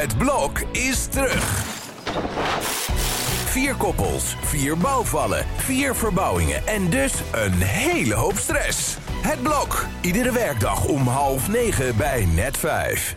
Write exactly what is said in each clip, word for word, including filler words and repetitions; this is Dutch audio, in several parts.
Het blok is terug. Vier koppels, vier bouwvallen, vier verbouwingen en dus een hele hoop stress. Het blok, iedere werkdag om half negen bij Net vijf.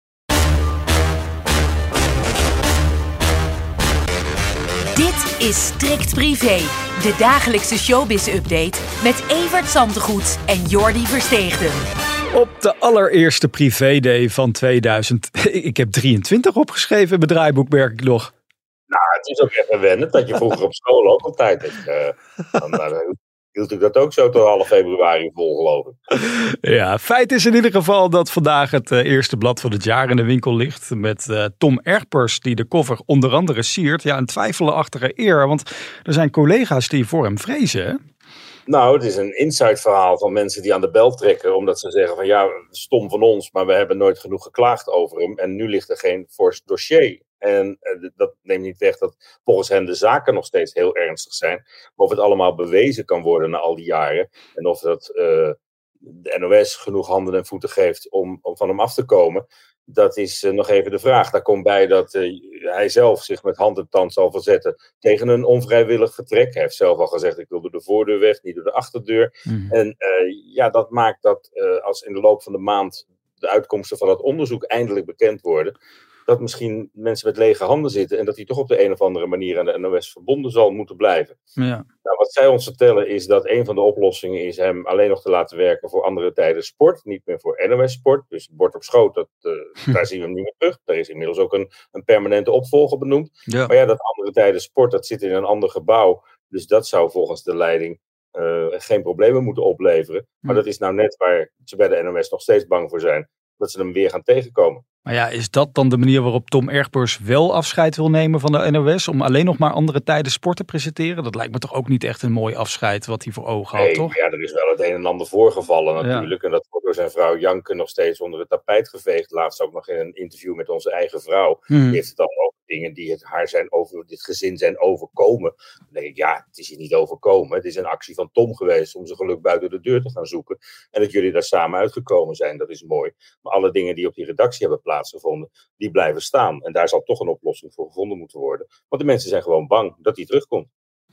Dit is Strikt Privé, de dagelijkse showbiz-update met Evert Zantegoed en Jordi Versteegden. Op de allereerste privéday van tweeduizend. Ik heb drieëntwintig opgeschreven in mijn draaiboek, merk ik nog. Nou, het is ook even wennen dat je vroeger op school ook op tijd hebt. Uh, dan uh, hield ik dat ook zo tot half februari vol, geloof ik. Ja, feit is in ieder geval dat vandaag het uh, eerste blad van het jaar in de winkel ligt. Met uh, Tom Erpers die de cover onder andere siert. Ja, een twijfelachtige eer, want er zijn collega's die voor hem vrezen, hè? Nou, het is een inside verhaal van mensen die aan de bel trekken. Omdat ze zeggen van ja, stom van ons, maar we hebben nooit genoeg geklaagd over hem. En nu ligt er geen fors dossier. En uh, dat neemt niet weg dat volgens hen de zaken nog steeds heel ernstig zijn. Maar of het allemaal bewezen kan worden na al die jaren. En of dat uh, de N O S genoeg handen en voeten geeft om, om van hem af te komen. Dat is uh, nog even de vraag. Daar komt bij dat uh, hij zelf zich met hand en tand zal verzetten tegen een onvrijwillig vertrek. Hij heeft zelf al gezegd, ik wil door de voordeur weg, niet door de achterdeur. Mm. En uh, ja, dat maakt dat uh, als in de loop van de maand de uitkomsten van het onderzoek eindelijk bekend worden, dat misschien mensen met lege handen zitten en dat hij toch op de een of andere manier aan de N O S verbonden zal moeten blijven. Ja. Nou, wat zij ons vertellen is dat een van de oplossingen is hem alleen nog te laten werken voor andere tijden sport, niet meer voor N O S Sport. Dus bord op schoot, dat, uh, daar zien we hem niet meer terug. Daar is inmiddels ook een, een permanente opvolger benoemd. Ja. Maar ja, dat andere tijden sport, dat zit in een ander gebouw. Dus dat zou volgens de leiding uh, geen problemen moeten opleveren. Maar dat is nou net waar ze bij de N O S nog steeds bang voor zijn, dat ze hem weer gaan tegenkomen. Maar ja, is dat dan de manier waarop Tom Erpers wel afscheid wil nemen van de N O S? Om alleen nog maar andere tijden sport te presenteren? Dat lijkt me toch ook niet echt een mooi afscheid wat hij voor ogen had, nee, toch? Ja, er is wel het een en ander voorgevallen natuurlijk. Ja. En dat wordt door zijn vrouw Janke nog steeds onder het tapijt geveegd. Laatst ook nog in een interview met onze eigen vrouw. Hmm. Die heeft het dan over dingen die het haar zijn over, dit gezin zijn overkomen. Dan denk ik, ja, het is je niet overkomen. Het is een actie van Tom geweest om zijn geluk buiten de deur te gaan zoeken. En dat jullie daar samen uitgekomen zijn, dat is mooi. Maar alle dingen die op die redactie hebben plaatsgevonden, die blijven staan. En daar zal toch een oplossing voor gevonden moeten worden. Want de mensen zijn gewoon bang dat hij terugkomt.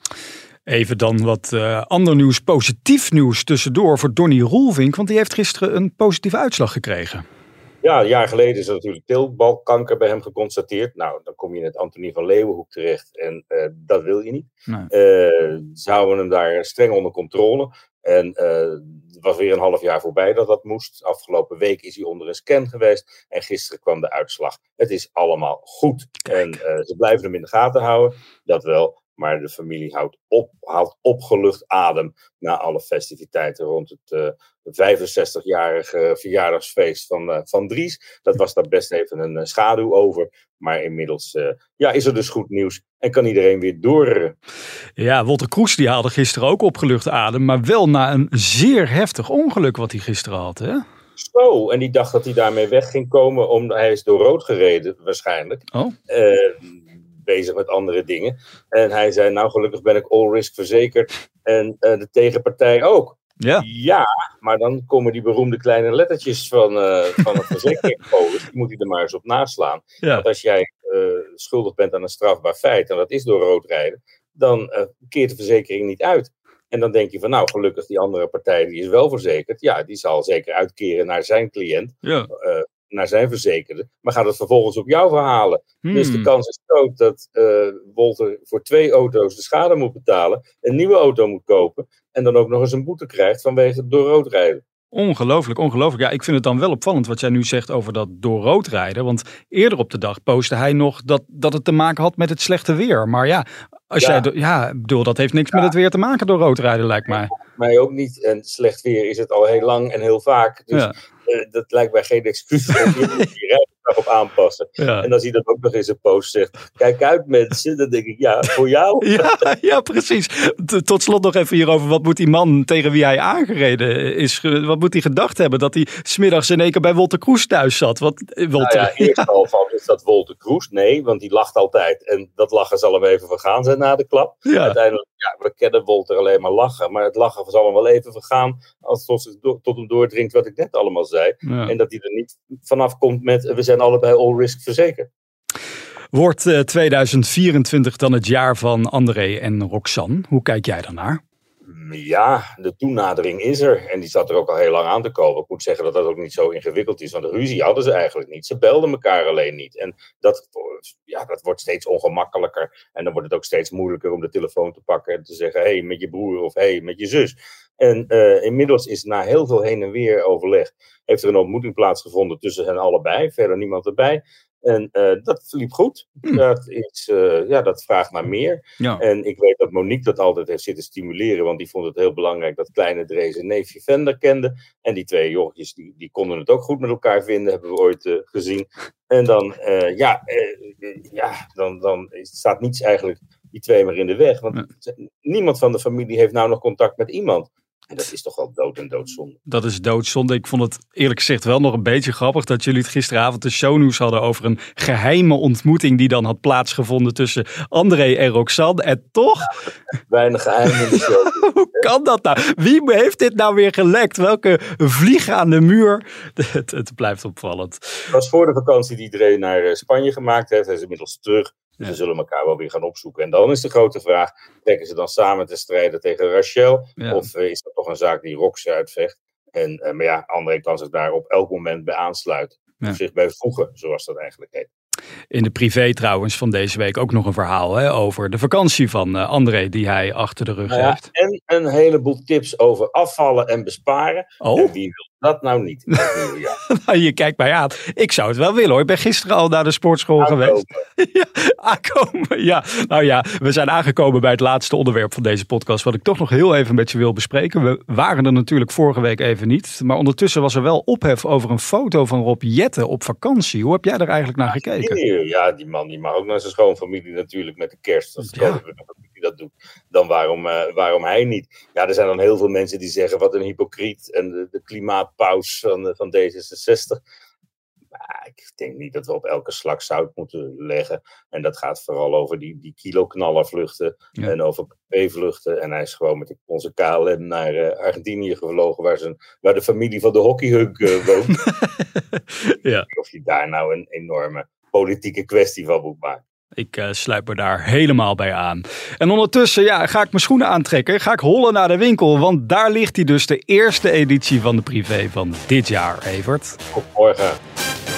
Even dan wat uh, ander nieuws, positief nieuws tussendoor voor Donnie Roelvink. Want die heeft gisteren een positieve uitslag gekregen. Ja, een jaar geleden is er natuurlijk teelbalkanker bij hem geconstateerd. Nou, dan kom je in het Antonie van Leeuwenhoek terecht. En uh, dat wil je niet. Nee. Uh, ze houden hem daar streng onder controle. En het uh, was weer een half jaar voorbij dat dat moest. Afgelopen week is hij onder een scan geweest. En gisteren kwam de uitslag. Het is allemaal goed. Kijk. En uh, ze blijven hem in de gaten houden. Dat wel. Maar de familie houdt, op, houdt opgelucht adem na alle festiviteiten rond het uh, vijfenzestigjarige verjaardagsfeest van, uh, van Dries. Dat was daar best even een uh, schaduw over. Maar inmiddels uh, ja, is er dus goed nieuws en kan iedereen weer door. Ja, Wolter Kroes die haalde gisteren ook opgelucht adem. Maar wel na een zeer heftig ongeluk wat hij gisteren had, hè? Zo, en die dacht dat hij daarmee weg ging komen. Omdat hij is door rood gereden waarschijnlijk. Oh. Uh, bezig met andere dingen. En hij zei, nou gelukkig ben ik all risk verzekerd. En uh, de tegenpartij ook. Ja. Ja, maar dan komen die beroemde kleine lettertjes van, uh, van een verzekeringspolis. Die moet hij er maar eens op naslaan. Ja. Want als jij uh, schuldig bent aan een strafbaar feit, en dat is door rood rijden, dan uh, keert de verzekering niet uit. En dan denk je van, nou gelukkig die andere partij die is wel verzekerd. Ja, die zal zeker uitkeren naar zijn cliënt. Ja. Uh, naar zijn verzekerde, maar gaat het vervolgens op jou verhalen. Hmm. Dus de kans is groot dat uh, Wolter voor twee auto's de schade moet betalen, een nieuwe auto moet kopen en dan ook nog eens een boete krijgt vanwege door rood rijden. Ongelooflijk, ongelooflijk. Ja, ik vind het dan wel opvallend wat jij nu zegt over dat door rood rijden. Want eerder op de dag postte hij nog dat, dat het te maken had met het slechte weer. Maar ja, als ja. jij, do- ja, ik bedoel, dat heeft niks ja. met het weer te maken door rood rijden, lijkt mij. Mij ook niet. En slecht weer is het al heel lang en heel vaak. Dus ja. uh, dat lijkt mij geen excuus om je rijdag op aanpassen. Ja. En als hij dat ook nog in zijn post zegt, kijk uit mensen, dan denk ik, ja, voor jou. Ja, ja, precies. Tot slot nog even hierover, wat moet die man tegen wie hij aangereden is, wat moet hij gedacht hebben? Dat hij 's middags in één keer bij Wolter Kroes thuis zat. Wat, Wolter, nou ja, eerst ja. al van, is dat Wolter Kroes? Nee, want die lacht altijd. En dat lachen zal hem even vergaan zijn na de klap. Ja. Uiteindelijk, ja, we kennen Wolter alleen maar lachen. Maar het lachen zal hem wel even vergaan als het tot, tot hem doordringt wat ik net allemaal zei. Ja. En dat hij er niet vanaf komt met, we zijn allebei all risk verzekerd. Wordt uh, tweeduizend vierentwintig dan het jaar van André en Roxanne? Hoe kijk jij daarnaar? Ja, de toenadering is er. En die zat er ook al heel lang aan te komen. Ik moet zeggen dat dat ook niet zo ingewikkeld is. Want de ruzie hadden ze eigenlijk niet. Ze belden elkaar alleen niet. En dat, ja, dat wordt steeds ongemakkelijker. En dan wordt het ook steeds moeilijker om de telefoon te pakken en te zeggen: hé, hey, met je broer of hé, hey, met je zus. En uh, inmiddels is na heel veel heen en weer overleg, heeft er een ontmoeting plaatsgevonden tussen hen allebei. Verder niemand erbij. En uh, dat liep goed. Hm. Dat, is, uh, ja, dat vraagt naar meer. Ja. En ik weet dat Monique dat altijd heeft zitten stimuleren. Want die vond het heel belangrijk dat kleine Dre zijn neefje Vender kende. En die twee jochies die, die konden het ook goed met elkaar vinden. Hebben we ooit uh, gezien. En dan, uh, ja, uh, ja dan, dan staat niets eigenlijk die twee maar in de weg. Want ja. niemand van de familie heeft nou nog contact met iemand. En dat is toch wel dood en doodzonde. Dat is doodzonde. Ik vond het eerlijk gezegd wel nog een beetje grappig dat jullie het gisteravond de shownieuws hadden over een geheime ontmoeting die dan had plaatsgevonden tussen André en Roxanne. En toch... Ja, weinig geheim in de show. Hoe kan dat nou? Wie heeft dit nou weer gelekt? Welke vlieg aan de muur? Het, het blijft opvallend. Het was voor de vakantie die iedereen naar Spanje gemaakt heeft. Hij is inmiddels terug. Dus ja. Ze zullen elkaar wel weer gaan opzoeken. En dan is de grote vraag, trekken ze dan samen te strijden tegen Rachel? Ja. Of uh, is dat toch een zaak die Rox uitvecht? En, uh, maar ja, André kan zich daar op elk moment bij aansluiten. Ja. Of zich bij voegen, zoals dat eigenlijk heet. In de privé trouwens van deze week ook nog een verhaal hè, over de vakantie van uh, André die hij achter de rug nou ja, heeft. En een heleboel tips over afvallen en besparen. Oh. En wie wil dat nou niet? Nou, je kijkt mij aan. Ik zou het wel willen hoor. Ik ben gisteren al naar de sportschool aankomen. geweest. ja, aankomen. Ja, nou ja, we zijn aangekomen bij het laatste onderwerp van deze podcast. Wat ik toch nog heel even met je wil bespreken. We waren er natuurlijk vorige week even niet. Maar ondertussen was er wel ophef over een foto van Rob Jetten op vakantie. Hoe heb jij er eigenlijk naar gekeken? Ja, die man die mag ook naar zijn schoonfamilie natuurlijk met de kerst. Dat is ja. dat hij dat doet. Dan waarom, uh, waarom hij niet? Ja, er zijn dan heel veel mensen die zeggen wat een hypocriet en de, de klimaatpaus van, van D zesenzestig. Maar ik denk niet dat we op elke slag zout moeten leggen. En dat gaat vooral over die, die kiloknallervluchten ja. en over privévluchten. En hij is gewoon met onze K L M naar uh, Argentinië gevlogen, waar, zijn, waar de familie van de hockeyhunk uh, woont. ja. Of je daar nou een enorme politieke kwestie van moet maken. Ik uh, sluit me daar helemaal bij aan. En ondertussen ja, ga ik mijn schoenen aantrekken. Ga ik hollen naar de winkel. Want daar ligt hij dus, de eerste editie van de privé van dit jaar, Evert. Goedemorgen.